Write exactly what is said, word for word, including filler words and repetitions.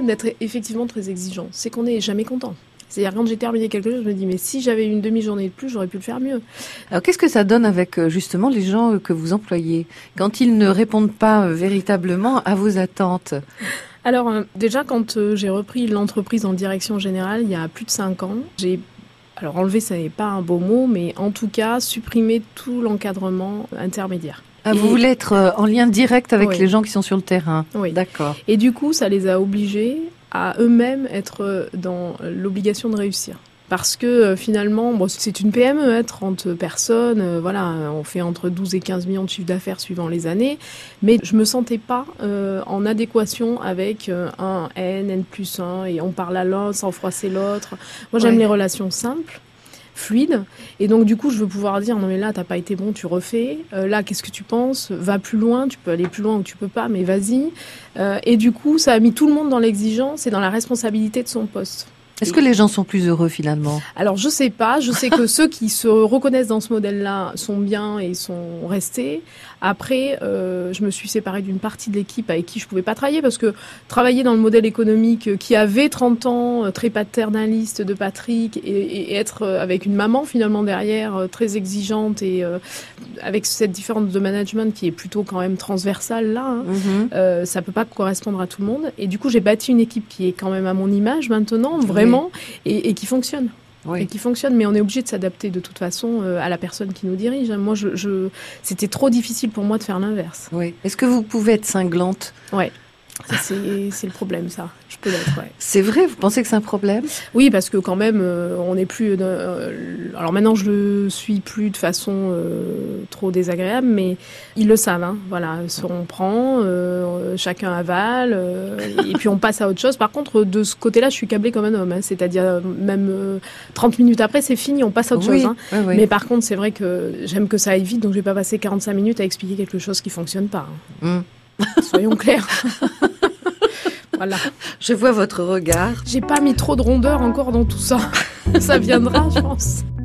d'être effectivement très exigeant. C'est qu'on n'est jamais content. C'est-à-dire, quand j'ai terminé quelque chose, je me dis, mais si j'avais une demi-journée de plus, j'aurais pu le faire mieux. Alors, qu'est-ce que ça donne avec, justement, les gens que vous employez, quand ils ne répondent pas véritablement à vos attentes ? Alors, euh, déjà, quand euh, j'ai repris l'entreprise en direction générale, il y a plus de cinq ans, j'ai, alors enlevé, ça n'est pas un beau mot, mais en tout cas, supprimé tout l'encadrement intermédiaire. Ah, Et... vous voulez être en lien direct avec oui. les gens qui sont sur le terrain. Oui. D'accord. Et du coup, ça les a obligés à eux-mêmes être dans l'obligation de réussir. Parce que euh, finalement, bon, c'est une P M E, hein, trente personnes, euh, voilà, on fait entre douze et quinze millions de chiffre d'affaires suivant les années, mais je me sentais pas euh, en adéquation avec euh, un N, N plus un, et on parle à l'un sans froisser l'autre. Moi, j'aime ouais. les relations simples, fluides, et donc du coup, je veux pouvoir dire, non mais là, t'as pas été bon, tu refais, euh, là, qu'est-ce que tu penses ? Va plus loin, tu peux aller plus loin ou tu peux pas, mais vas-y. Euh, et du coup, ça a mis tout le monde dans l'exigence et dans la responsabilité de son poste. Est-ce que les gens sont plus heureux finalement ? Alors je sais pas, je sais que ceux qui se reconnaissent dans ce modèle-là sont bien et sont restés. Après, euh, je me suis séparée d'une partie de l'équipe avec qui je pouvais pas travailler parce que travailler dans le modèle économique qui avait trente ans, très paternaliste de Patrick, et, et être avec une maman finalement derrière, très exigeante et euh, avec cette différence de management qui est plutôt quand même transversale là, hein, mm-hmm. euh, ça peut pas correspondre à tout le monde. Et du coup, j'ai bâti une équipe qui est quand même à mon image maintenant, vraiment. Oui. Et, et qui fonctionne. Oui. Et qui fonctionne, mais on est obligé de s'adapter de toute façon euh, à la personne qui nous dirige. Moi, je, je, c'était trop difficile pour moi de faire l'inverse. Oui. Est-ce que vous pouvez être cinglante ? Oui, c'est, c'est le problème, ça. Je peux l'être, ouais. C'est vrai ? Vous pensez que c'est un problème ? Oui, parce que quand même, euh, on n'est plus... Euh, alors maintenant, je le suis plus de façon euh, trop désagréable, mais ils le savent, hein. Voilà, on prend, euh, chacun avale, euh, et puis on passe à autre chose. Par contre, de ce côté-là, je suis câblée comme un homme, hein. C'est-à-dire, même euh, trente minutes après, c'est fini, on passe à autre oui, chose. Hein. Oui, oui. Mais par contre, c'est vrai que j'aime que ça aille vite, donc je ne vais pas passer quarante-cinq minutes à expliquer quelque chose qui ne fonctionne pas. Hein. Mm. Soyons clairs. Voilà. Je vois votre regard. J'ai pas mis trop de rondeur encore dans tout ça. Ça viendra, je pense.